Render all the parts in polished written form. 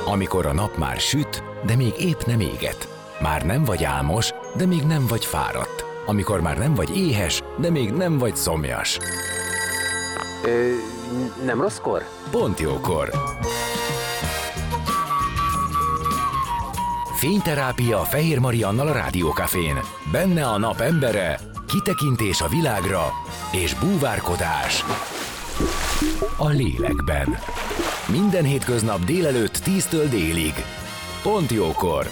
Amikor a nap már süt, de még épp nem éget. Már nem vagy álmos, de még nem vagy fáradt. Amikor már nem vagy éhes, de még nem vagy szomjas. Nem rosszkor? Pont jókor. Fényterápia Fehér Mariannal a Rádiókafén. Benne a nap embere, kitekintés a világra és búvárkodás a lélekben. Minden hétköznap délelőtt 10-től délig. Pont jókor.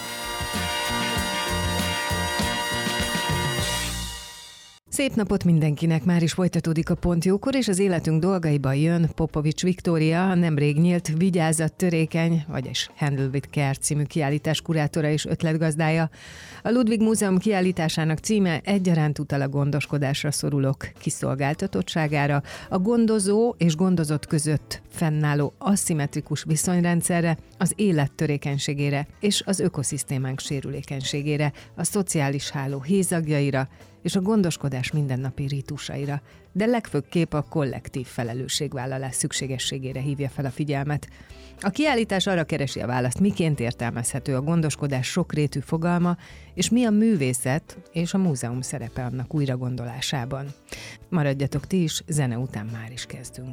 Szép napot mindenkinek, már is folytatódik a Pont jókor, és az életünk dolgaiba jön Popovics Viktória, nemrég nyílt Vigyázat törékeny, vagyis Handle with Care című kiállítás kurátora és ötletgazdája. A Ludwig Múzeum kiállításának címe egyaránt utal a gondoskodásra szorulók kiszolgáltatottságára, a gondozó és gondozott között fennálló aszimmetrikus viszonyrendszerre, az élet törékenységére és az ökoszisztémánk sérülékenységére, a szociális háló hézagjaira és a gondoskodás mindennapi rítusaira, de legfőképp a kollektív felelősségvállalás szükségességére hívja fel a figyelmet. A kiállítás arra keresi a választ, miként értelmezhető a gondoskodás sokrétű fogalma, és mi a művészet és a múzeum szerepe annak újragondolásában. Maradjatok ti is, zene után már is kezdünk.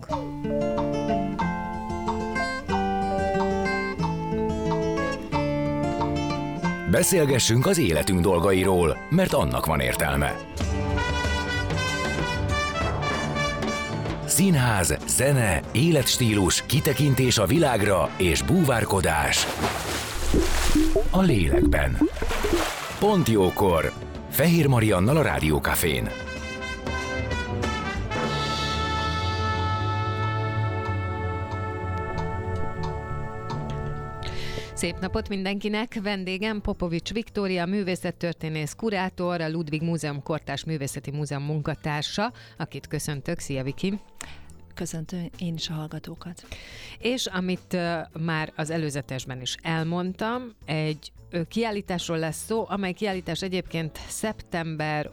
Beszélgessünk az életünk dolgairól, mert annak van értelme. Színház, zene, életstílus, kitekintés a világra és búvárkodás a lélekben. Pont jókor. Fehér Mariannal a Rádiókafén. Szép napot mindenkinek! Vendégem Popovics Viktória, művészettörténész, kurátor, a Ludwig Múzeum Kortárs Művészeti Múzeum munkatársa, akit köszöntök. Szia, Viki! Köszöntöm én is a hallgatókat. És amit már az előzetesben is elmondtam, egy kiállításról lesz szó, amely kiállítás egyébként szeptember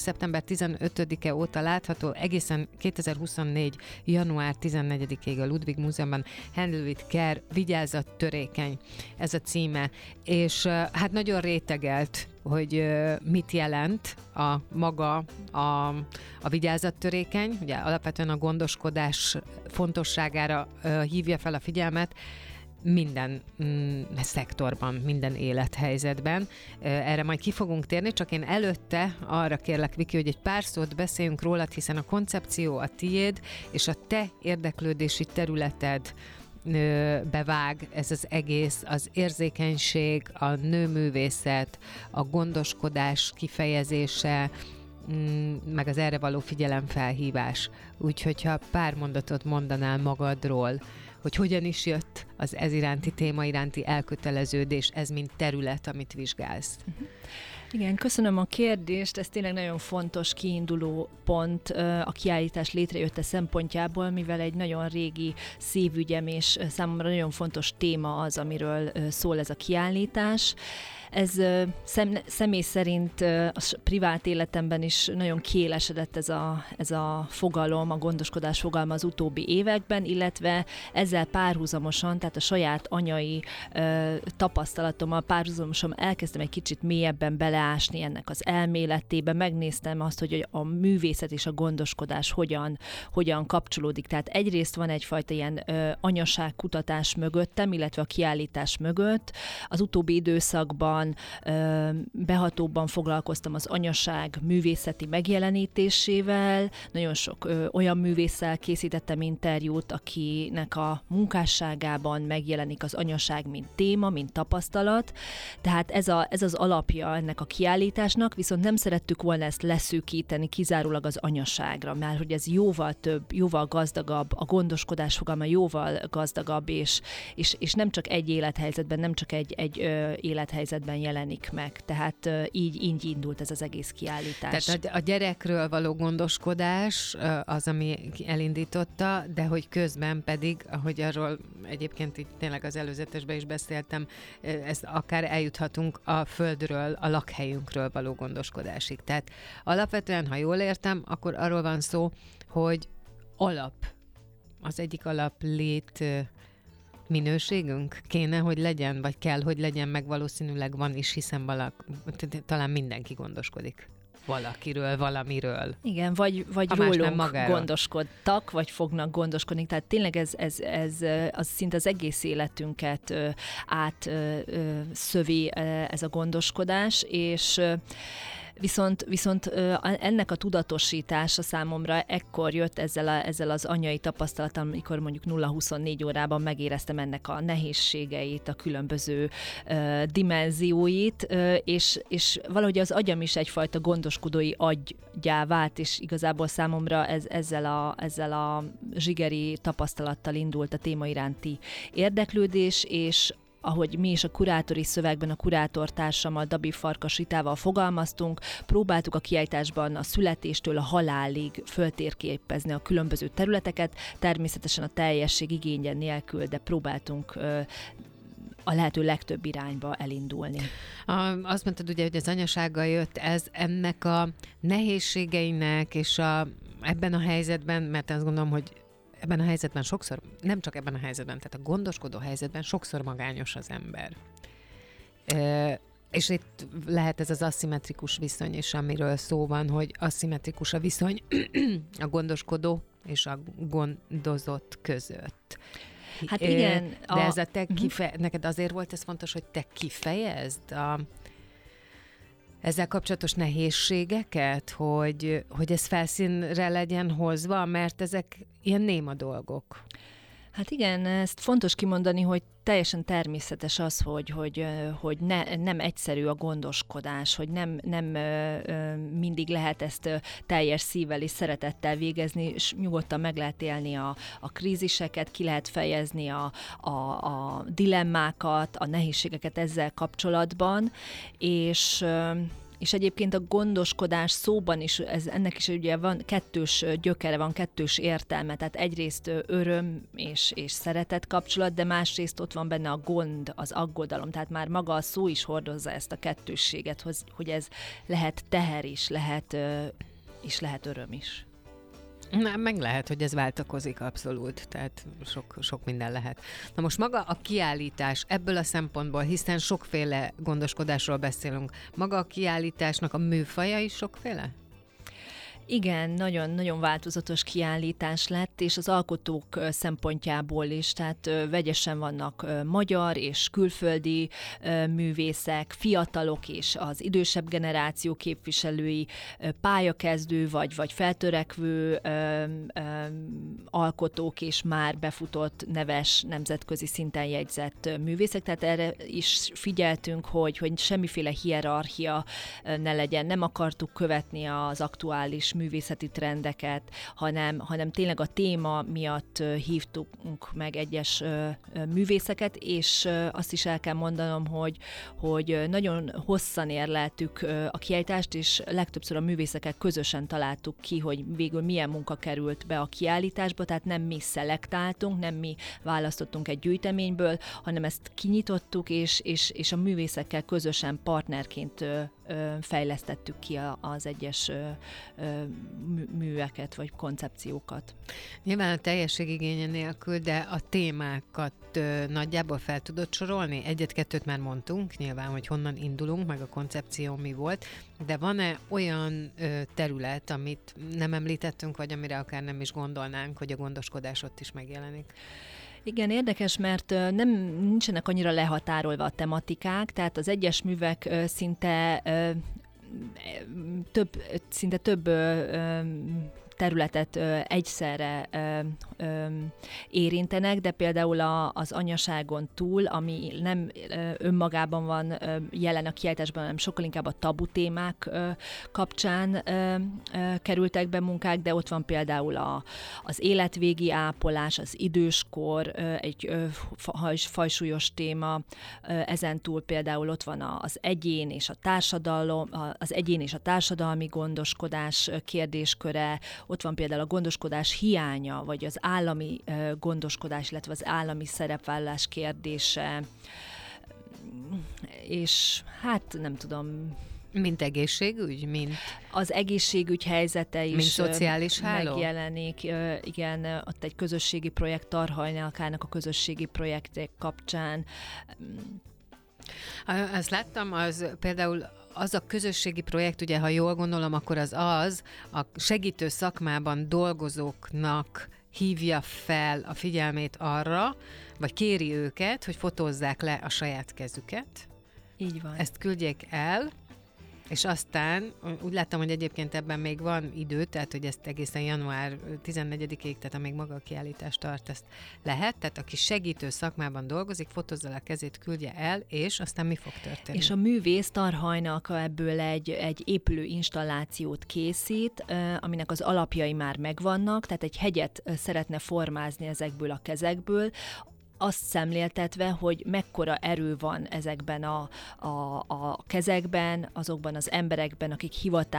15-e óta látható, egészen 2024. január 14-ig a Ludwig Múzeumban. Handle with Care, Vigyázat törékeny, ez a címe. És hát nagyon rétegelt, hogy mit jelent a maga a vigyázattörékeny, ugye alapvetően a gondoskodás fontosságára hívja fel a figyelmet, minden szektorban, minden élethelyzetben. Erre majd ki fogunk térni, csak én előtte arra kérlek, Viki, hogy egy pár szót beszéljünk rólad, hiszen a koncepció a tiéd, és a te érdeklődési területed bevág ez az egész, az érzékenység, a nőművészet, a gondoskodás kifejezése, meg az erre való figyelemfelhívás. Úgyhogy ha pár mondatot mondanál magadról, hogy hogyan is jött az ez iránti téma iránti elköteleződés, ez mint terület, amit vizsgálsz. Igen, köszönöm a kérdést, ez tényleg nagyon fontos kiinduló pont a kiállítás létrejötte szempontjából, mivel egy nagyon régi szívügyem és számomra nagyon fontos téma az, amiről szól ez a kiállítás. Ez személy szerint a privát életemben is nagyon kiélesedett ez a fogalom, a gondoskodás fogalma az utóbbi években, illetve ezzel párhuzamosan, tehát a saját anyai tapasztalatommal párhuzamosan elkezdtem egy kicsit mélyebben beleásni ennek az elméletébe, megnéztem azt, hogy a művészet és a gondoskodás hogyan kapcsolódik. Tehát egyrészt van egyfajta ilyen anyaságkutatás mögöttem, illetve a kiállítás mögött. Az utóbbi időszakban behatóbban foglalkoztam az anyaság művészeti megjelenítésével, nagyon sok olyan művésszel készítettem interjút, akinek a munkásságában megjelenik az anyaság, mint téma, mint tapasztalat, tehát ez az alapja ennek a kiállításnak, viszont nem szerettük volna ezt leszűkíteni kizárólag az anyaságra, mert hogy ez jóval több, jóval gazdagabb, a gondoskodás fogalma jóval gazdagabb, és nem csak egy élethelyzetben, nem csak egy élethelyzetben jelenik meg. Tehát így indult ez az egész kiállítás. Tehát a gyerekről való gondoskodás az, ami elindította, de hogy közben pedig, ahogy arról egyébként itt tényleg az előzetesben is beszéltem, ezt akár eljuthatunk a földről, a lakhelyünkről való gondoskodásig. Tehát alapvetően, ha jól értem, akkor arról van szó, hogy az egyik minőségünk kéne, hogy legyen, vagy kell, hogy legyen, meg valószínűleg van is, hiszen talán mindenki gondoskodik valakiről, valamiről. Igen, vagy rólunk gondoskodtak, vagy fognak gondoskodni. Tehát tényleg ez az szinte az egész életünket átszövi ez a gondoskodás, és Viszont ennek a tudatosítása számomra ekkor jött ezzel az anyai tapasztalattal, amikor mondjuk 0-24 órában megéreztem ennek a nehézségeit, a különböző dimenzióit, és valahogy az agyam is egyfajta gondoskodói aggyá vált, és igazából számomra ezzel a zsigeri tapasztalattal indult a téma iránti érdeklődés, és ahogy mi is a kurátori szövegben a kurátortársammal, Dabi Farkas Ritával fogalmaztunk, próbáltuk a kiállításban a születéstől a halálig föltérképezni a különböző területeket, természetesen a teljesség igénye nélkül, de próbáltunk a lehető legtöbb irányba elindulni. Azt mondtad ugye, hogy az anyasággal jött ez ennek a nehézségeinek, és ebben a helyzetben, mert azt gondolom, hogy ebben a helyzetben sokszor, nem csak ebben a helyzetben, tehát a gondoskodó helyzetben sokszor magányos az ember. És itt lehet ez az aszimmetrikus viszony is, amiről szó van, hogy aszimmetrikus a viszony a gondoskodó és a gondozott között. Hát igen. De ez a te neked azért volt ez fontos, hogy te kifejezd ezzel kapcsolatos nehézségeket, hogy ez felszínre legyen hozva, mert ezek ilyen néma dolgok. Hát igen, ezt fontos kimondani, hogy teljesen természetes az, hogy nem egyszerű a gondoskodás, hogy nem mindig lehet ezt teljes szívvel és szeretettel végezni, és nyugodtan meg lehet élni a kríziseket, ki lehet fejezni a dilemmákat, a nehézségeket ezzel kapcsolatban, és egyébként a gondoskodás szóban is, ennek is ugye van kettős gyökere, van kettős értelme, tehát egyrészt öröm és szeretet kapcsolat, de másrészt ott van benne a gond, az aggodalom, tehát már maga a szó is hordozza ezt a kettősséget, hogy ez lehet teher is, lehet öröm is. Meg lehet, hogy ez váltakozik abszolút, tehát sok minden lehet. Na most maga a kiállítás ebből a szempontból, hiszen sokféle gondoskodásról beszélünk, maga a kiállításnak a műfaja is sokféle? Igen, nagyon-nagyon változatos kiállítás lett, és az alkotók szempontjából is, tehát vegyesen vannak magyar és külföldi művészek, fiatalok és az idősebb generáció képviselői, pályakezdő vagy feltörekvő alkotók és már befutott, neves, nemzetközi szinten jegyzett művészek, tehát erre is figyeltünk, hogy semmiféle hierarchia ne legyen, nem akartuk követni az aktuális művészeti trendeket, hanem tényleg a téma miatt hívtunk meg egyes művészeket, és azt is el kell mondanom, hogy nagyon hosszan érleltük a kiállítást, és legtöbbször a művészekkel közösen találtuk ki, hogy végül milyen munka került be a kiállításba, tehát nem mi szelektáltunk, nem mi választottunk egy gyűjteményből, hanem ezt kinyitottuk, és a művészekkel közösen partnerként fejlesztettük ki az egyes műveket vagy koncepciókat. Nyilván a teljesség igénye nélkül, de a témákat nagyjából fel tudod sorolni? Egyet-kettőt már mondtunk, nyilván, hogy honnan indulunk, meg a koncepció mi volt, de van-e olyan terület, amit nem említettünk, vagy amire akár nem is gondolnánk, hogy a gondoskodás ott is megjelenik? Igen, érdekes, mert nincsenek annyira lehatárolva a tematikák, tehát az egyes művek szinte több területet egyszerre érintenek, de például az anyaságon túl, ami nem önmagában van jelen a kiállításban, hanem sokkal inkább a tabu témák kapcsán kerültek be munkák, de ott van például az életvégi ápolás, az időskor, egy fajsúlyos téma, ezen túl például ott van az egyén és a társadalom, az egyén és a társadalmi gondoskodás kérdésköre, ott van például a gondoskodás hiánya, vagy az állami gondoskodás, illetve az állami szerepvállalás kérdése, és hát nem tudom. Mint egészségügy? Mint az egészségügy helyzete is mint szociális háló? Megjelenik. Igen, ott egy közösségi projekt, Tarhajnalkának a közösségi projektek kapcsán. Azt láttam, az például az a közösségi projekt, ugye, ha jól gondolom, akkor az a segítő szakmában dolgozóknak hívja fel a figyelmét arra, vagy kéri őket, hogy fotózzák le a saját kezüket. Így van. Ezt küldjék el, és aztán úgy láttam, hogy egyébként ebben még van idő, tehát hogy ezt egészen január 14-ig, tehát amíg maga a kiállítás tart, ezt lehet. Tehát aki segítő szakmában dolgozik, fotózza le a kezét, küldje el, és aztán mi fog történni? És a művész Tarhajnalka ebből egy épülő installációt készít, aminek az alapjai már megvannak, tehát egy hegyet szeretne formázni ezekből a kezekből, azt szemléltetve, hogy mekkora erő van ezekben a kezekben, azokban az emberekben, akik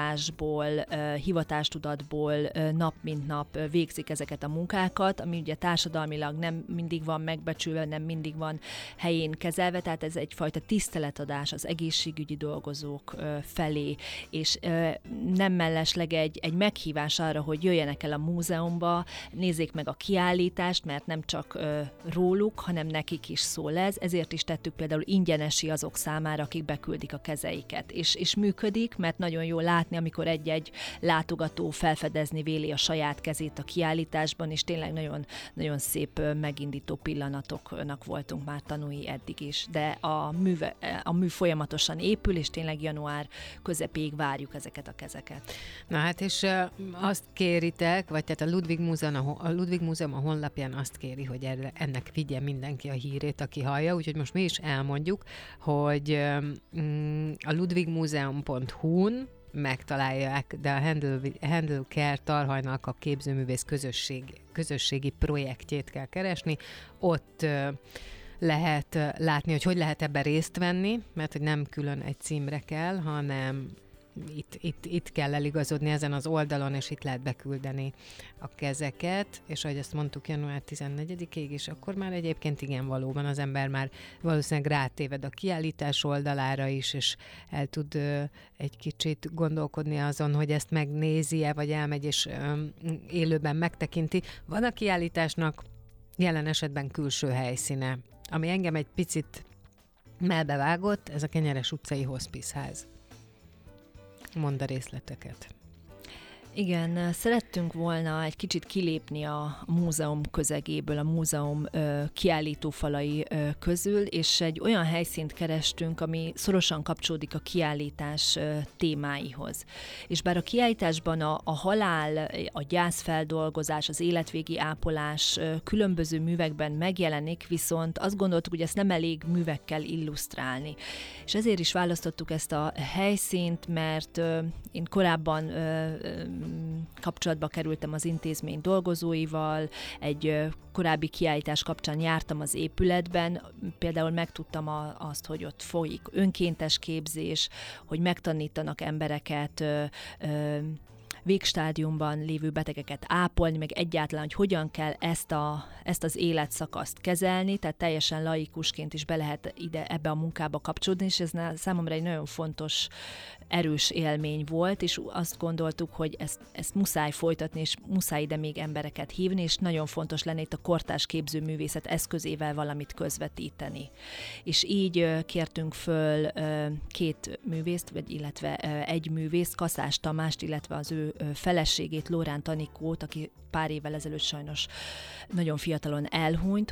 hivatástudatból nap mint nap végzik ezeket a munkákat, ami ugye társadalmilag nem mindig van megbecsülve, nem mindig van helyén kezelve, tehát ez egyfajta tiszteletadás az egészségügyi dolgozók felé, és nem mellesleg egy meghívás arra, hogy jöjjenek el a múzeumba, nézzék meg a kiállítást, mert nem csak róluk, hanem nekik is szól ez, ezért is tettük például ingyenesi azok számára, akik beküldik a kezeiket. És működik, mert nagyon jó látni, amikor egy-egy látogató felfedezni véli a saját kezét a kiállításban, és tényleg nagyon, nagyon szép megindító pillanatoknak voltunk már tanúi eddig is. De a mű folyamatosan épül, és tényleg január közepéig várjuk ezeket a kezeket. Na hát, és azt kéritek, vagy tehát a Ludwig Múzeum a honlapján azt kéri, hogy ennek vigye mindenki a hírét, aki hallja, úgyhogy most mi is elmondjuk, hogy a ludwigmuseum.hu-n megtalálják, de a Handle Care Tarhajnalka képzőművész közösségi projektjét kell keresni. Ott lehet látni, hogy lehet ebben részt venni, mert hogy nem külön egy címre kell, hanem itt kell eligazodni ezen az oldalon, és itt lehet beküldeni a kezeket, és ahogy azt mondtuk, január 14-ig, és akkor már egyébként igen, valóban az ember már valószínűleg rátéved a kiállítás oldalára is, és el tud egy kicsit gondolkodni azon, hogy ezt megnézi-e, vagy elmegy, és élőben megtekinti. Van a kiállításnak jelen esetben külső helyszíne, ami engem egy picit melbevágott, ez a Kenyeres utcai hospiceház. Mondd a részleteket. Igen, szerettünk volna egy kicsit kilépni a múzeum közegéből, a múzeum kiállítófalai közül, és egy olyan helyszínt kerestünk, ami szorosan kapcsolódik a kiállítás témáihoz. És bár a kiállításban a halál, a gyászfeldolgozás, az életvégi ápolás különböző művekben megjelenik, viszont azt gondoltuk, hogy ezt nem elég művekkel illusztrálni. És ezért is választottuk ezt a helyszínt, mert én korábban kapcsolatba kerültem az intézmény dolgozóival, egy korábbi kiállítás kapcsán jártam az épületben, például megtudtam azt, hogy ott folyik önkéntes képzés, hogy megtanítanak embereket végstádiumban lévő betegeket ápolni, meg egyáltalán, hogy hogyan kell ezt az életszakaszt kezelni, tehát teljesen laikusként is be lehet ebbe a munkába kapcsolódni, és ez számomra egy nagyon fontos, erős élmény volt, és azt gondoltuk, hogy ezt muszáj folytatni, és muszáj ide még embereket hívni, és nagyon fontos lenne itt a kortárs képzőművészet eszközével valamit közvetíteni. És így kértünk föl két művészt, illetve egy művészt, Kaszás Tamást, illetve az ő feleségét, Lóránt Anikót, aki pár évvel ezelőtt sajnos nagyon fiatalon elhunyt,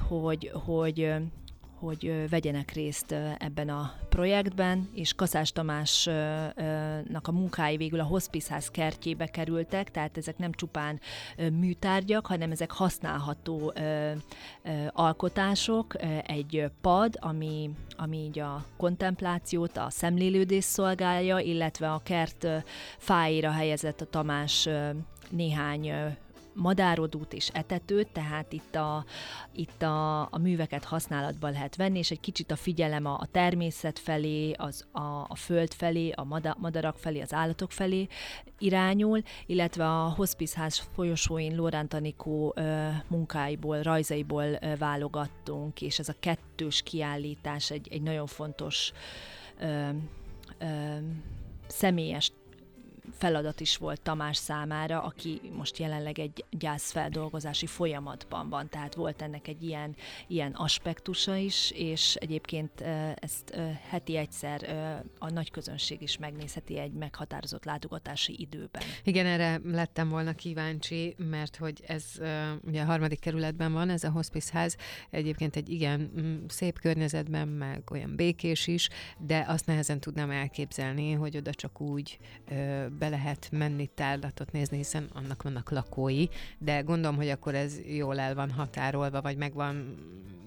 hogy vegyenek részt ebben a projektben, és Kaszás Tamásnak a munkái végül a hospiceház kertjébe kerültek, tehát ezek nem csupán műtárgyak, hanem ezek használható alkotások, egy pad, ami így a kontemplációt, a szemlélődést szolgálja, illetve a kert fáira helyezett a Tamás néhány madárodút és etetőt, tehát itt a műveket használatba lehet venni, és egy kicsit a figyelem a természet felé, a föld felé, a madarak felé, az állatok felé irányul, illetve a hospiceház folyosóin Lóránt Anikó munkáiból, rajzaiból válogattunk, és ez a kettős kiállítás egy nagyon fontos személyes feladat is volt Tamás számára, aki most jelenleg egy gyászfeldolgozási folyamatban van, tehát volt ennek egy ilyen aspektusa is, és egyébként ezt heti egyszer a nagy közönség is megnézheti egy meghatározott látogatási időben. Igen, erre lettem volna kíváncsi, mert hogy ez ugye a 3. kerületben van, ez a hospice-ház, egyébként egy igen szép környezetben, meg olyan békés is, de azt nehezen tudnám elképzelni, hogy oda csak úgy be lehet menni tárlatot nézni, hiszen annak vannak lakói, de gondolom, hogy akkor ez jól el van határolva, vagy megvan,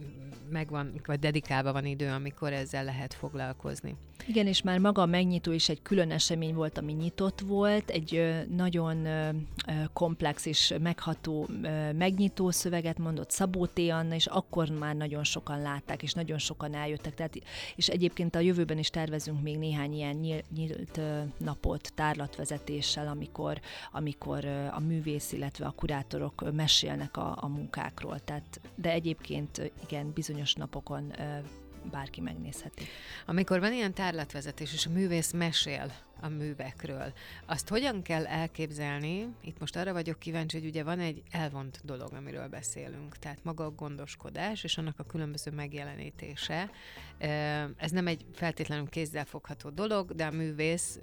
vagy dedikálva van idő, amikor ezzel lehet foglalkozni. Igen, és már maga a megnyitó is egy külön esemény volt, ami nyitott volt, egy nagyon komplex és megható megnyitó szöveget mondott Szabó T. Anna, és akkor már nagyon sokan látták, és nagyon sokan eljöttek. Tehát, és egyébként a jövőben is tervezünk még néhány ilyen nyílt napot tárlatvezetéssel, amikor a művész, illetve a kurátorok mesélnek a munkákról. Tehát, de egyébként igen, bizonyos napokon bárki megnézheti. Amikor van ilyen tárlatvezetés, és a művész mesél a művekről, azt hogyan kell elképzelni? Itt most arra vagyok kíváncsi, hogy ugye van egy elvont dolog, amiről beszélünk, tehát maga a gondoskodás, és annak a különböző megjelenítése. Ez nem egy feltétlenül kézzelfogható dolog, de a művész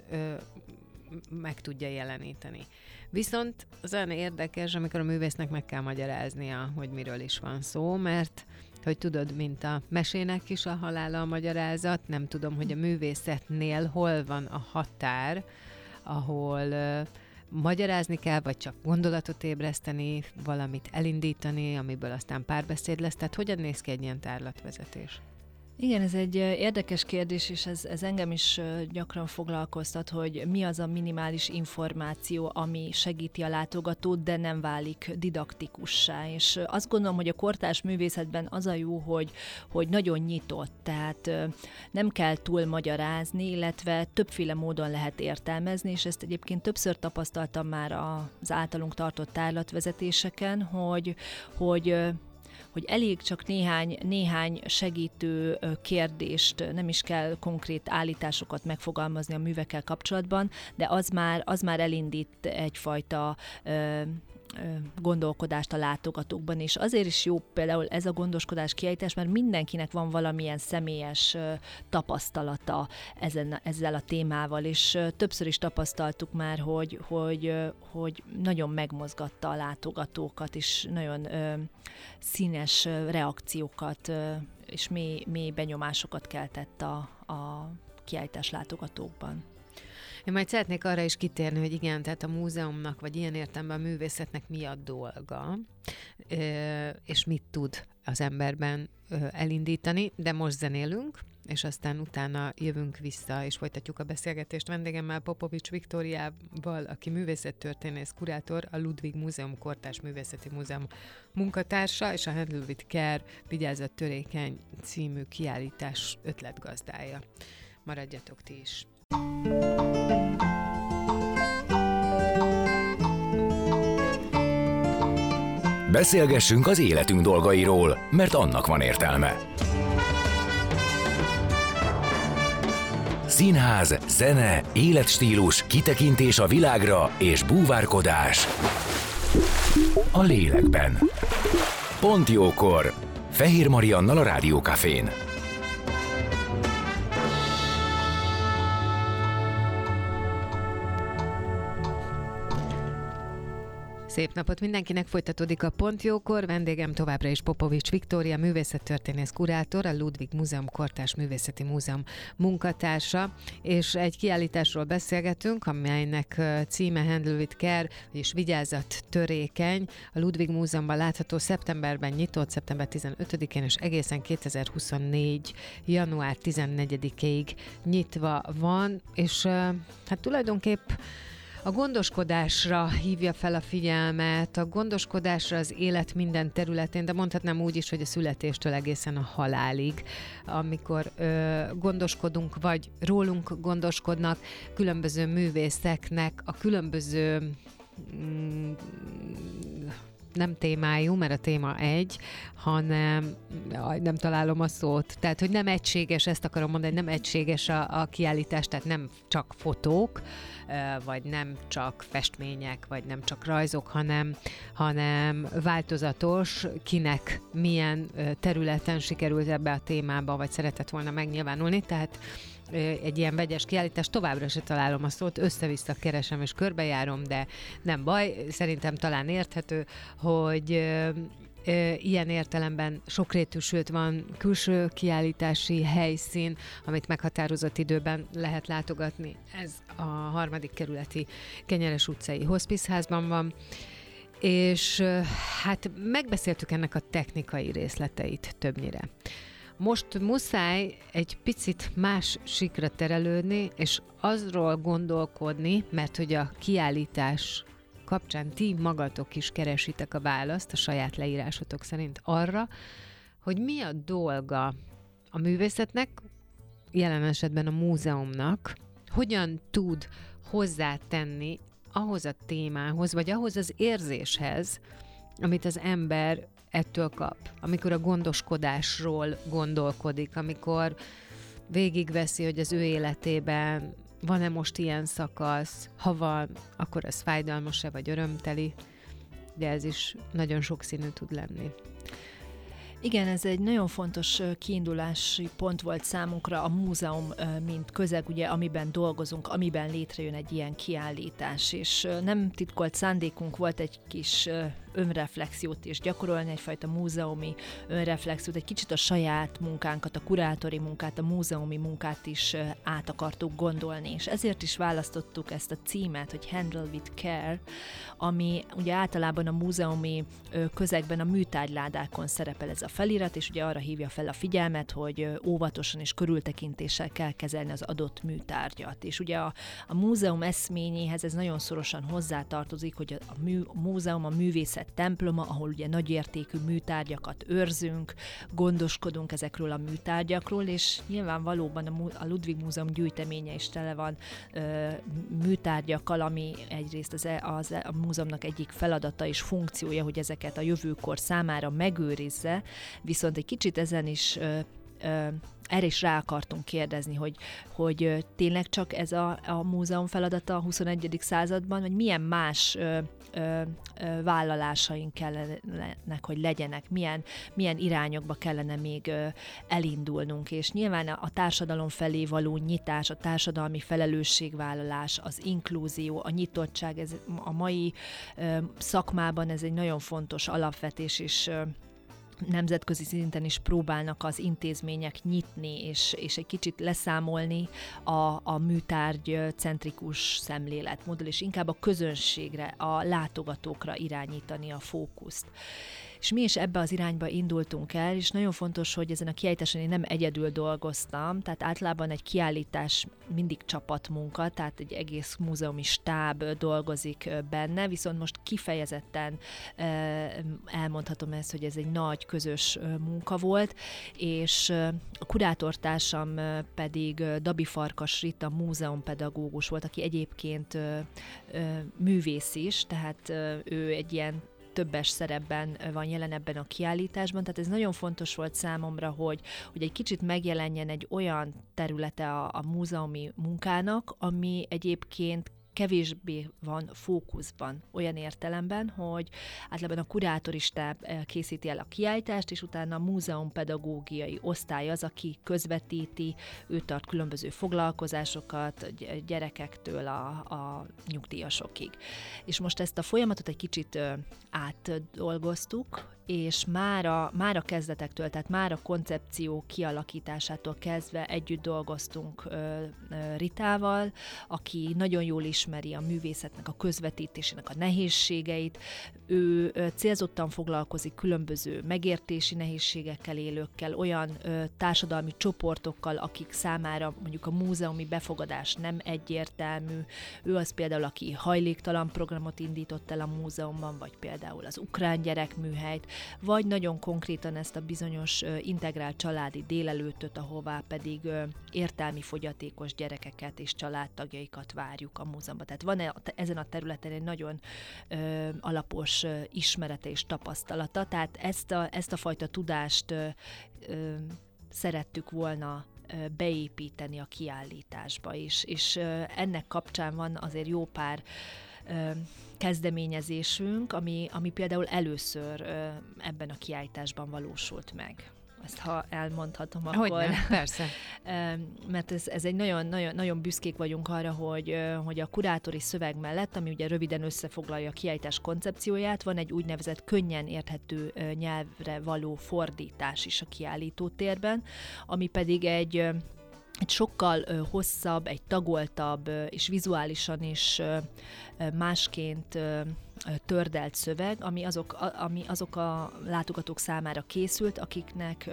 meg tudja jeleníteni. Viszont az olyan érdekes, amikor a művésznek meg kell magyaráznia, hogy miről is van szó, mert hogy tudod, mint a mesének is a halála a magyarázat, nem tudom, hogy a művészetnél hol van a határ, ahol magyarázni kell, vagy csak gondolatot ébreszteni, valamit elindítani, amiből aztán párbeszéd lesz. Tehát hogyan néz ki egy ilyen tárlatvezetés? Igen, ez egy érdekes kérdés, és ez engem is gyakran foglalkoztat, hogy mi az a minimális információ, ami segíti a látogatót, de nem válik didaktikussá. És azt gondolom, hogy a kortárs művészetben az a jó, hogy nagyon nyitott, tehát nem kell túl magyarázni, illetve többféle módon lehet értelmezni, és ezt egyébként többször tapasztaltam már az általunk tartott tárlatvezetéseken, hogy elég csak néhány segítő kérdést, nem is kell konkrét állításokat megfogalmazni a művekkel kapcsolatban, de az már elindít egyfajta gondolkodást a látogatókban, és azért is jó például ez a gondoskodás kiállítás, mert mindenkinek van valamilyen személyes tapasztalata ezzel a témával, és többször is tapasztaltuk már, hogy nagyon megmozgatta a látogatókat, és nagyon színes reakciókat és mély benyomásokat keltett a kiállítás látogatókban. Én majd szeretnék arra is kitérni, hogy igen, tehát a múzeumnak, vagy ilyen értelemben a művészetnek mi a dolga, és mit tud az emberben elindítani, de most zenélünk, és aztán utána jövünk vissza, és folytatjuk a beszélgetést vendégemmel, Popovics Viktóriával, aki művészettörténész, kurátor, a Ludwig Múzeum Kortárs Művészeti Múzeum munkatársa, és a Handle with Care Vigyázzat törékeny című kiállítás ötletgazdája. Maradjatok ti is! Beszélgessünk az életünk dolgairól, mert annak van értelme. Színház, zene, életstílus, kitekintés a világra és búvárkodás a lélekben. Pont jókor! Fehér Mariannal a Rádió Cafén. Szép napot mindenkinek, folytatódik a Pont jókor. Vendégem továbbra is Popovics Viktória, művészettörténész kurátor, a Ludwig Múzeum Kortárs Művészeti Múzeum munkatársa, és egy kiállításról beszélgetünk, amelynek címe Handle with Care, vagyis Vigyázzat törékeny. A Ludwig Múzeumban látható, szeptemberben nyitott, szeptember 15-én, és egészen 2024. január 14-ig nyitva van, és hát tulajdonképp a gondoskodásra hívja fel a figyelmet, a gondoskodásra az élet minden területén, de mondhatnám úgy is, hogy a születéstől egészen a halálig, amikor gondoskodunk, vagy rólunk gondoskodnak, különböző művészeknek a különböző nem témájú, mert a téma egy, hanem nem találom a szót. Tehát, hogy nem egységes, ezt akarom mondani, nem egységes a kiállítás, tehát nem csak fotók, vagy nem csak festmények, vagy nem csak rajzok, hanem változatos, kinek milyen területen sikerült ebbe a témába, vagy szeretett volna megnyilvánulni, tehát egy ilyen vegyes kiállítás, továbbra se találom a szót, össze-vissza keresem és körbejárom, de nem baj, szerintem talán érthető, hogy ilyen értelemben sokrétű, sőt van külső kiállítási helyszín, amit meghatározott időben lehet látogatni. Ez a 3. kerületi Kenyeres utcai hospiceházban van, és hát megbeszéltük ennek a technikai részleteit többnyire. Most muszáj egy picit más síkra terelődni, és azról gondolkodni, mert hogy a kiállítás kapcsán ti magatok is keresitek a választ a saját leírásotok szerint arra, hogy mi a dolga a művészetnek, jelen esetben a múzeumnak, hogyan tud hozzátenni ahhoz a témához, vagy ahhoz az érzéshez, amit az ember ettől kap. Amikor a gondoskodásról gondolkodik, amikor végigveszi, hogy az ő életében van-e most ilyen szakasz, ha van, akkor az fájdalmas-e vagy örömteli, de ez is nagyon sokszínű tud lenni. Igen, ez egy nagyon fontos kiindulási pont volt számunkra a múzeum, mint közeg, ugye, amiben dolgozunk, amiben létrejön egy ilyen kiállítás, és nem titkolt szándékunk volt egy kis önreflexiót is gyakorolni, egyfajta múzeumi önreflexiót, egy kicsit a saját munkánkat, a kurátori munkát, a múzeumi munkát is át akartuk gondolni, és ezért is választottuk ezt a címet, hogy Handle with Care, ami ugye általában a múzeumi közegben a műtárgyládákon szerepel ez a felirat, és ugye arra hívja fel a figyelmet, hogy óvatosan és körültekintéssel kell kezelni az adott műtárgyat. És ugye a múzeum eszményéhez ez nagyon szorosan hozzátartozik, hogy a múzeum a művészet temploma, ahol ugye nagyértékű műtárgyakat őrzünk, gondoskodunk ezekről a műtárgyakról, és nyilvánvalóban a Ludwig Múzeum gyűjteménye is tele van műtárgyakkal, ami egyrészt a múzeumnak egyik feladata és funkciója, hogy ezeket a jövőkor számára megőrizze, viszont egy kicsit ezen is erre is rá akartunk kérdezni, hogy tényleg csak ez a múzeum feladata a 21. században, vagy milyen más vállalásaink kellenek, hogy legyenek, milyen irányokba kellene még elindulnunk, és nyilván a társadalom felé való nyitás, a társadalmi felelősségvállalás, az inklúzió, a nyitottság, ez a mai szakmában ez egy nagyon fontos alapvetés, és nemzetközi szinten is próbálnak az intézmények nyitni, és egy kicsit leszámolni a műtárgy centrikus szemléletmódról, és inkább a közönségre, a látogatókra irányítani a fókuszt. És mi is ebbe az irányba indultunk el, és nagyon fontos, hogy ezen a kiállításon én nem egyedül dolgoztam, tehát általában egy kiállítás mindig csapatmunka, tehát egy egész múzeumi stáb dolgozik benne, viszont most kifejezetten elmondhatom ezt, hogy ez egy nagy közös munka volt, és a kurátortársam pedig Dabi Farkas Rita múzeumpedagógus volt, aki egyébként művész is, tehát ő egy ilyen többes szerepben van jelen ebben a kiállításban, tehát ez nagyon fontos volt számomra, hogy egy kicsit megjelenjen egy olyan területe a múzeumi munkának, ami egyébként kevésbé van fókuszban, olyan értelemben, hogy általában a kurátori stáb készíti el a kiállítást, és utána a múzeumpedagógiai osztály az, aki közvetíti, ő tart különböző foglalkozásokat, gyerekektől a nyugdíjasokig. És most ezt a folyamatot egy kicsit átdolgoztuk, és már a kezdetektől, tehát már a koncepció kialakításától kezdve együtt dolgoztunk Ritával, aki nagyon jól ismeri a művészetnek a közvetítésének a nehézségeit. Ő célzottan foglalkozik különböző megértési nehézségekkel élőkkel, olyan társadalmi csoportokkal, akik számára mondjuk a múzeumi befogadás nem egyértelmű. Ő az például, aki hajléktalan programot indított el a múzeumban, vagy például az ukrán gyerekműhelyt, vagy nagyon konkrétan ezt a bizonyos integrált családi délelőttöt, ahová pedig értelmi fogyatékos gyerekeket és családtagjaikat várjuk a múzeumba. Tehát van ezen a területen egy nagyon alapos ismerete és tapasztalata, tehát ezt a fajta tudást szerettük volna beépíteni a kiállításba is, és ennek kapcsán van azért jó pár kezdeményezésünk, ami például először ebben a kiállításban valósult meg. Ezt ha elmondhatom, akkor... Hogyne, persze. Mert ez egy nagyon büszkék vagyunk arra, hogy a kurátori szöveg mellett, ami ugye röviden összefoglalja a kiállítás koncepcióját, van egy úgynevezett könnyen érthető nyelvre való fordítás is a kiállítótérben, ami pedig egy sokkal hosszabb, egy tagoltabb és vizuálisan is másként tördelt szöveg, ami azok a látogatók számára készült, akiknek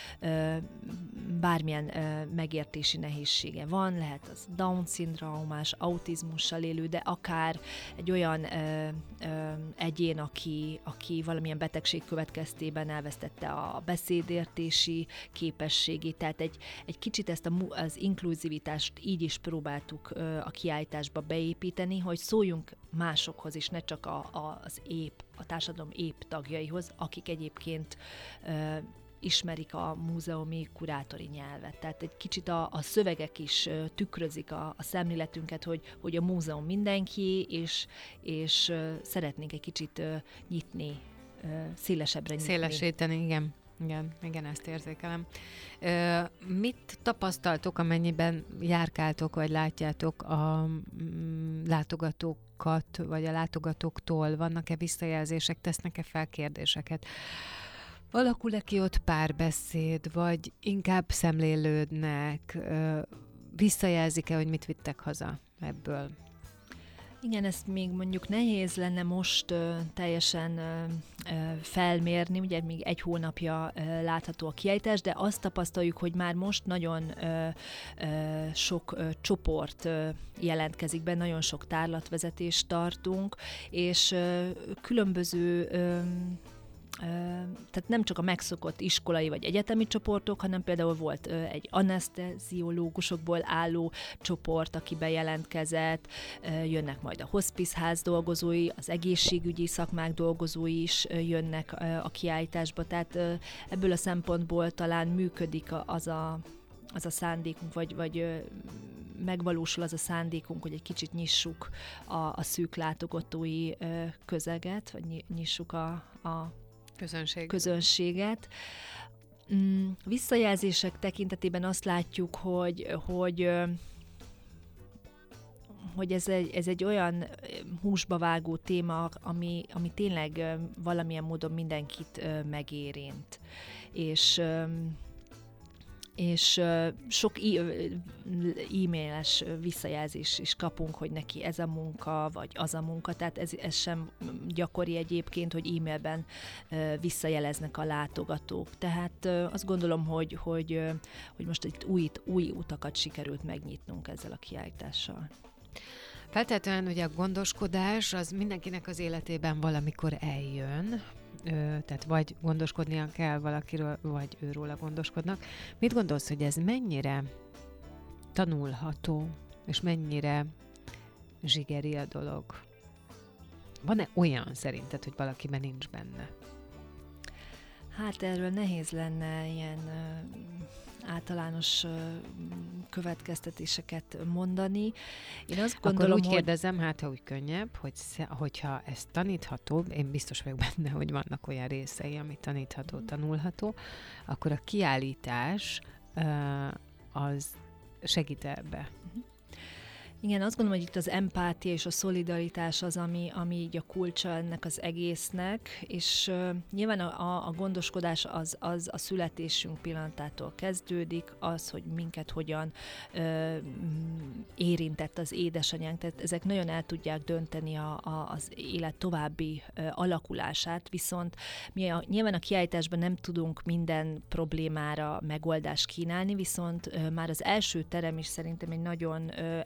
bármilyen megértési nehézsége van, lehet az Down-szindrómás, autizmussal élő, de akár egy olyan egyén, aki valamilyen betegség következtében elvesztette a beszédértési képességét, tehát egy kicsit ezt az inkluzivitást így is próbáltuk a kiállításba beépíteni, hogy szóljunk másokhoz is, ne csak a társadalom épp tagjaihoz, akik egyébként ismerik a múzeumi kurátori nyelvet. Tehát egy kicsit a szövegek is tükrözik a szemléletünket, hogy a múzeum mindenki, és szeretnénk egy kicsit nyitni, szélesebbre nyitni. Szélesíteni, igen. Igen, ezt érzékelem. Mit tapasztaltok, amennyiben járkáltok, vagy látjátok a látogatókat, vagy a látogatóktól? Vannak-e visszajelzések, tesznek-e fel kérdéseket? Alakul-e ki ott párbeszéd, vagy inkább szemlélődnek? Visszajelzik-e, hogy mit vittek haza ebből? Igen, ezt még mondjuk nehéz lenne most teljesen felmérni, ugye még egy hónapja látható a kiállítás, de azt tapasztaljuk, hogy már most nagyon sok csoport jelentkezik be, nagyon sok tárlatvezetést tartunk, és különböző tehát nem csak a megszokott iskolai vagy egyetemi csoportok, hanem például volt egy aneszteziológusokból álló csoport, aki bejelentkezett, jönnek majd a hospice-ház dolgozói, az egészségügyi szakmák dolgozói is jönnek a kiállításba, tehát ebből a szempontból talán működik az a szándékunk, vagy megvalósul az a szándékunk, hogy egy kicsit nyissuk a szűk látogatói közeget, vagy nyissuk a közönséget. Visszajelzések tekintetében azt látjuk, hogy ez egy olyan húsba vágó téma, ami tényleg valamilyen módon mindenkit megérint. És sok e-mailes visszajelzés is kapunk, hogy neki ez a munka, vagy az a munka, tehát ez sem gyakori egyébként, hogy e-mailben visszajeleznek a látogatók. Tehát azt gondolom, hogy most itt új utakat sikerült megnyitnunk ezzel a kiállítással. Feltétlenül ugye a gondoskodás az mindenkinek az életében valamikor eljön, tehát vagy gondoskodnia kell valakiről, vagy őróla gondoskodnak. Mit gondolsz, hogy ez mennyire tanulható, és mennyire zsigeri a dolog? Van-e olyan szerinted, hogy valakiben nincs benne? Hát erről nehéz lenne ilyen általános következtetéseket mondani. Én azt gondolom, akkor úgy kérdezem, hát ha úgy könnyebb, hogyha ez tanítható, én biztos vagyok benne, hogy vannak olyan részei, ami tanítható, tanulható, akkor a kiállítás az segít ebbe. Igen, azt gondolom, hogy itt az empátia és a szolidaritás az, ami így a kulcsa ennek az egésznek, és nyilván a gondoskodás az a születésünk pillanatától kezdődik, az, hogy minket hogyan érintett az édesanyánk, tehát ezek nagyon el tudják dönteni az élet további alakulását, viszont mi nyilván a kiállításban nem tudunk minden problémára megoldást kínálni, viszont már az első terem is szerintem egy nagyon erős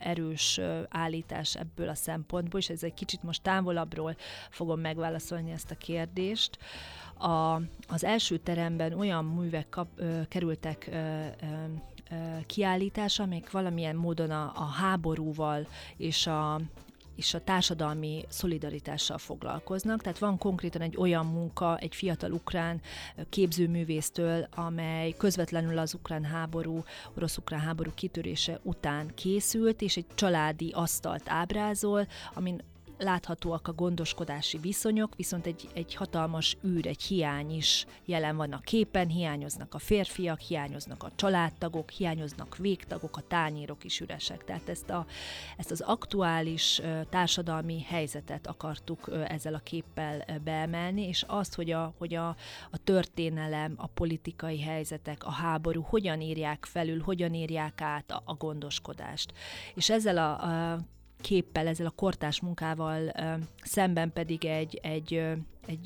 fontos állítás ebből a szempontból, és ez egy kicsit most távolabbról fogom megválaszolni ezt a kérdést. Az első teremben olyan művek kerültek kiállításra, amik valamilyen módon a háborúval és a társadalmi szolidaritással foglalkoznak. Tehát van konkrétan egy olyan munka egy fiatal ukrán képzőművésztől, amely közvetlenül az orosz-ukrán háború kitörése után készült, és egy családi asztalt ábrázol, amin láthatóak a gondoskodási viszonyok, viszont egy hatalmas űr, egy hiány is jelen van a képen, hiányoznak a férfiak, hiányoznak a családtagok, hiányoznak végtagok, a tányérok is üresek. Tehát ezt az aktuális társadalmi helyzetet akartuk ezzel a képpel beemelni, és azt, hogy a történelem, a politikai helyzetek, a háború hogyan írják felül, hogyan írják át a gondoskodást. És ezzel a képpel, ezzel a kortárs munkával szemben pedig egy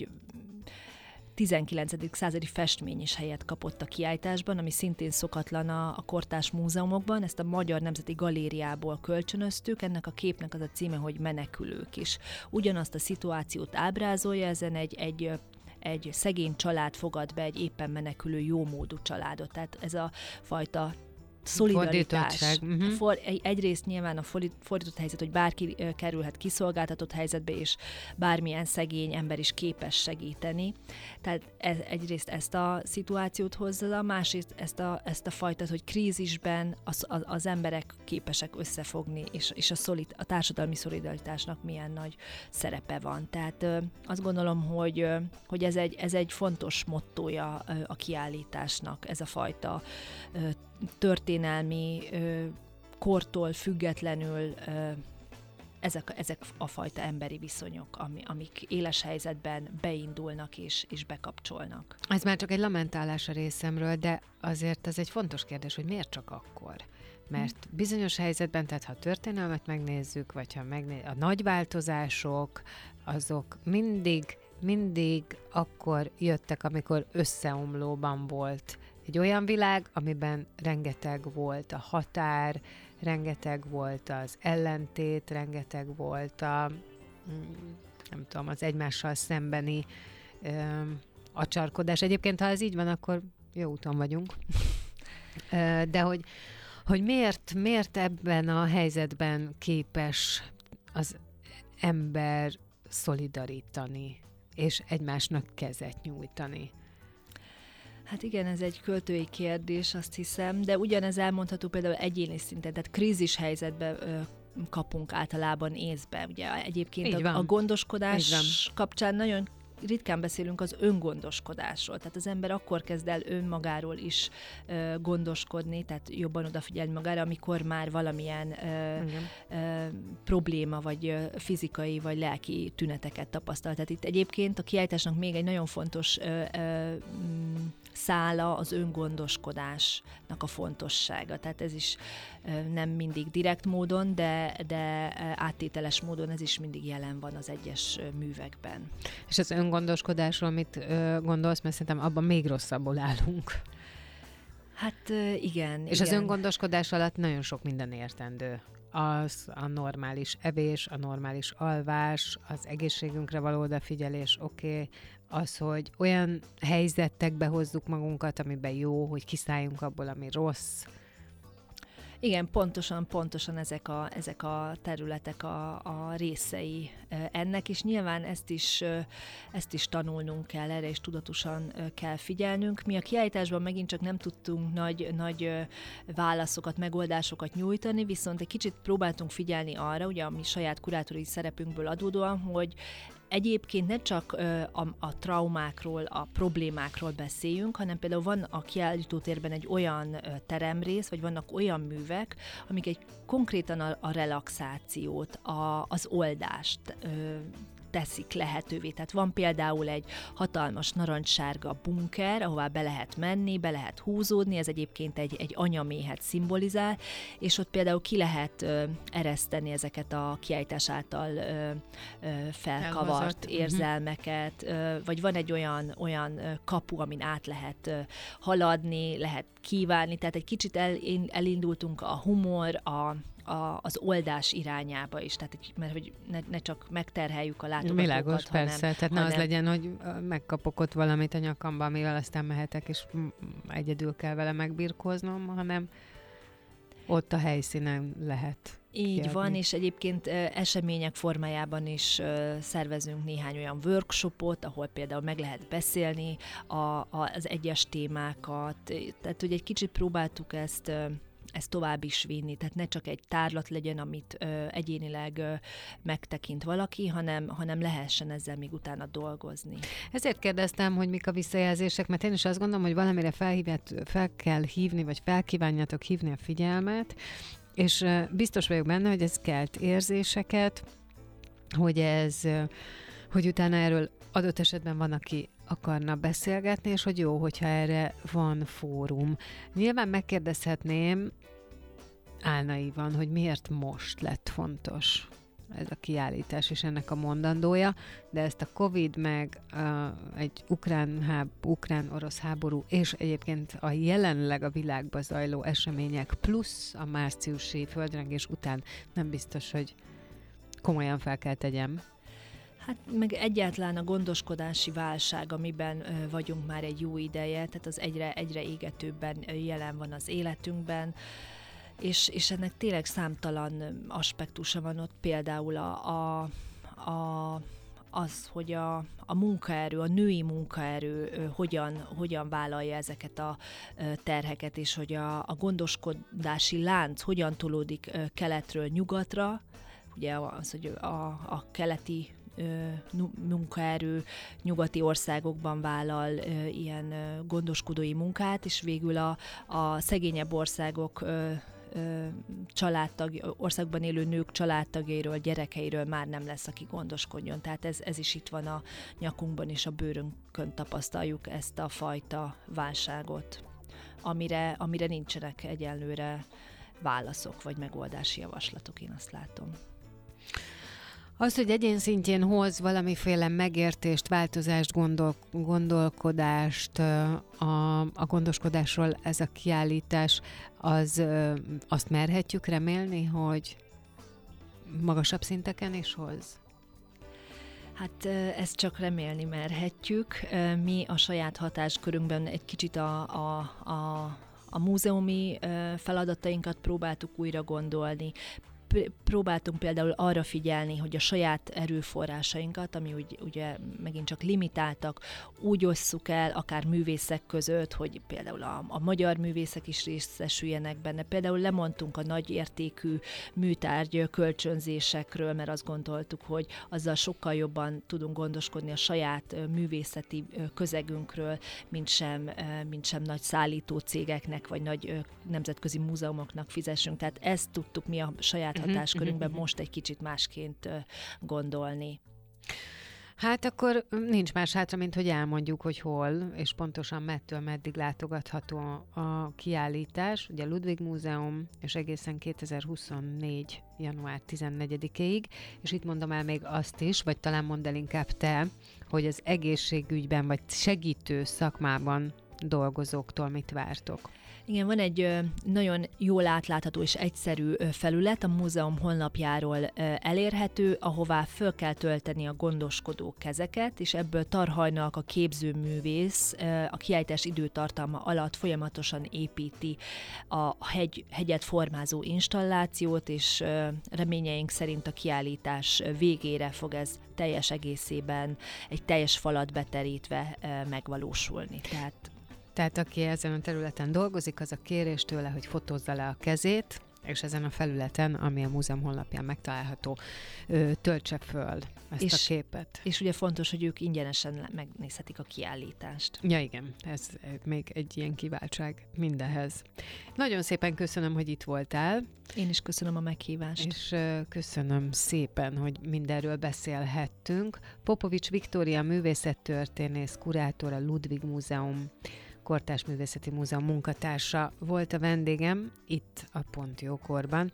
19. századi festmény is helyet kapott a kiállításban, ami szintén szokatlan a kortárs múzeumokban. Ezt a Magyar Nemzeti Galériából kölcsönöztük, ennek a képnek az a címe, hogy Menekülők is. Ugyanazt a szituációt ábrázolja, ezen egy szegény család fogad be egy éppen menekülő jómódú családot. Tehát ez a fajta szolidaritás. Egyrészt nyilván a fordított helyzet, hogy bárki kerülhet kiszolgáltatott helyzetbe, és bármilyen szegény ember is képes segíteni. Tehát egyrészt ezt a szituációt hozza, másrészt ezt a fajtát, hogy krízisben az emberek képesek összefogni, és a társadalmi szolidaritásnak milyen nagy szerepe van. Tehát azt gondolom, hogy ez egy fontos mottója a kiállításnak, ez a fajta történelmi kortól függetlenül ezek a fajta emberi viszonyok, amik éles helyzetben beindulnak és bekapcsolnak. Ez már csak egy lamentálás a részemről, de azért ez egy fontos kérdés, hogy miért csak akkor? Mert bizonyos helyzetben, tehát ha a történelmet megnézzük, vagy ha a nagy változások, azok mindig akkor jöttek, amikor összeomlóban volt egy olyan világ, amiben rengeteg volt a határ, rengeteg volt az ellentét, rengeteg volt az egymással szembeni acsarkodás. Egyébként, ha ez így van, akkor jó úton vagyunk. De hogy miért ebben a helyzetben képes az ember szolidarítani, és egymásnak kezet nyújtani? Hát igen, ez egy költői kérdés, azt hiszem, de ugyanez elmondható például egyéni szinten, tehát krízis helyzetben kapunk általában észbe. Ugye egyébként a gondoskodás kapcsán nagyon ritkán beszélünk az öngondoskodásról, tehát az ember akkor kezd el önmagáról is gondoskodni, tehát jobban odafigyelni magára, amikor már valamilyen probléma, vagy fizikai, vagy lelki tüneteket tapasztal. Tehát itt egyébként a kiállításnak még egy nagyon fontos szála az öngondoskodásnak a fontossága. Tehát ez is nem mindig direkt módon, de áttételes módon ez is mindig jelen van az egyes művekben. És az öngondoskodásról mit gondolsz, mert szerintem abban még rosszabbul állunk. Hát igen. És az öngondoskodás alatt nagyon sok minden értendő. Az a normális evés, a normális alvás, az egészségünkre való odafigyelés, oké. Az, hogy olyan helyzetekbe hozzuk magunkat, amiben jó, hogy kiszálljunk abból, ami rossz. Igen, pontosan ezek a területek a részei ennek, és nyilván ezt is tanulnunk kell, erre is tudatosan kell figyelnünk. Mi a kiállításban megint csak nem tudtunk nagy válaszokat, megoldásokat nyújtani, viszont egy kicsit próbáltunk figyelni arra, ugye a mi saját kurátori szerepünkből adódóan, hogy egyébként ne csak a traumákról, a problémákról beszéljünk, hanem például van a kiállítótérben egy olyan teremrész, vagy vannak olyan művek, amik egy konkrétan a relaxációt, az oldást teszik lehetővé. Tehát van például egy hatalmas narancssárga bunker, ahová be lehet menni, be lehet húzódni, ez egyébként egy anyaméhet szimbolizál, és ott például ki lehet ereszteni ezeket a kiállítás által felkavart érzelmeket, vagy van egy olyan kapu, amin át lehet haladni, lehet kívánni, tehát egy kicsit elindultunk a humor, a az oldás irányába is, tehát mert hogy ne csak megterheljük a látogatókat, Világos, persze, tehát ne az legyen, hogy megkapok ott valamit a nyakamba, amivel aztán mehetek, és egyedül kell vele megbirkóznom, hanem ott a helyszínen lehet. Így kiadni. van, és egyébként események formájában is szervezünk néhány olyan workshopot, ahol például meg lehet beszélni az egyes témákat, tehát hogy egy kicsit próbáltuk ezt tovább is vinni, tehát ne csak egy tárlat legyen, amit egyénileg megtekint valaki, hanem lehessen ezzel még utána dolgozni. Ezért kérdeztem, hogy mik a visszajelzések, mert én is azt gondolom, hogy valamire fel kell hívni, vagy felkívánjátok hívni a figyelmet, és biztos vagyok benne, hogy ez kelt érzéseket, hogy utána erről adott esetben van, aki akarna beszélgetni, és hogy jó, hogyha erre van fórum. Nyilván megkérdezhetném álnaívan, hogy miért most lett fontos ez a kiállítás és ennek a mondandója, de ezt a Covid meg egy ukrán-orosz háború és egyébként a jelenleg a világban zajló események plusz a márciusi földrengés után nem biztos, hogy komolyan fel kell tegyem. Hát meg egyáltalán a gondoskodási válság, amiben vagyunk már egy jó ideje, tehát az egyre égetőbben jelen van az életünkben, és ennek tényleg számtalan aspektusa van ott, például az, hogy a munkaerő, a női munkaerő hogyan vállalja ezeket a terheket, és hogy a gondoskodási lánc hogyan tolódik keletről nyugatra, ugye az, hogy a keleti munkaerő nyugati országokban vállal ilyen gondoskodói munkát, és végül a szegényebb országok országban élő nők családtagjairól, gyerekeiről már nem lesz, aki gondoskodjon. Tehát ez is itt van a nyakunkban, és a bőrünkön tapasztaljuk ezt a fajta válságot, amire nincsenek egyelőre válaszok, vagy megoldási javaslatok, én azt látom. Az, hogy egyén szintjén hoz valamiféle megértést, változást, gondolkodást a gondoskodásról ez a kiállítás, azt merhetjük remélni, hogy magasabb szinteken is hoz? Hát ezt csak remélni merhetjük. Mi a saját hatáskörünkben egy kicsit a múzeumi feladatainkat próbáltuk újra gondolni. Próbáltunk például arra figyelni, hogy a saját erőforrásainkat, ami ugye megint csak limitáltak, úgy osszuk el, akár művészek között, hogy például a magyar művészek is részesüljenek benne. Például lemondtunk a nagy értékű műtárgy kölcsönzésekről, mert azt gondoltuk, hogy azzal sokkal jobban tudunk gondoskodni a saját művészeti közegünkről, mint sem nagy szállító cégeknek, vagy nagy nemzetközi múzeumoknak fizessünk. Tehát ezt tudtuk mi a saját hatáskörünkben most egy kicsit másként gondolni. Hát akkor nincs más hátra, mint hogy elmondjuk, hogy hol, és pontosan mettől meddig látogatható a kiállítás. Ugye a Ludwig Múzeum, és egészen 2024. január 14-ig, és itt mondom el még azt is, vagy talán mondd el inkább te, hogy az egészségügyben, vagy segítő szakmában dolgozóktól mit vártok? Igen, van egy nagyon jól átlátható és egyszerű felület, a múzeum honlapjáról elérhető, ahová föl kell tölteni a gondoskodó kezeket, és ebből Tarhajnalk a képzőművész a kiállítás időtartalma alatt folyamatosan építi a hegyet formázó installációt, és reményeink szerint a kiállítás végére fog ez teljes egészében, egy teljes falat beterítve megvalósulni. Tehát aki ezen a területen dolgozik, az a kérés tőle, hogy fotózza le a kezét, és ezen a felületen, ami a múzeum honlapján megtalálható, töltse föl ezt a képet. És ugye fontos, hogy ők ingyenesen megnézhetik a kiállítást. Ja igen, ez még egy ilyen kiváltság mindenhez. Nagyon szépen köszönöm, hogy itt voltál. Én is köszönöm a meghívást. És köszönöm szépen, hogy mindenről beszélhettünk. Popovics Viktória művészettörténész, kurátor, a Ludwig Múzeum Kortárs Művészeti Múzeum munkatársa volt a vendégem itt a Pont Jókorban.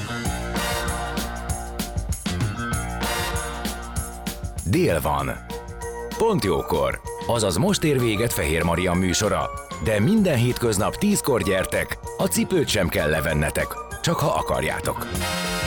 Dél van. Pont jókor. Azaz most ér véget Fehér Marian műsora. De minden hétköznap 10-kor gyertek, a cipőt sem kell levennetek. Csak csak ha akarjátok.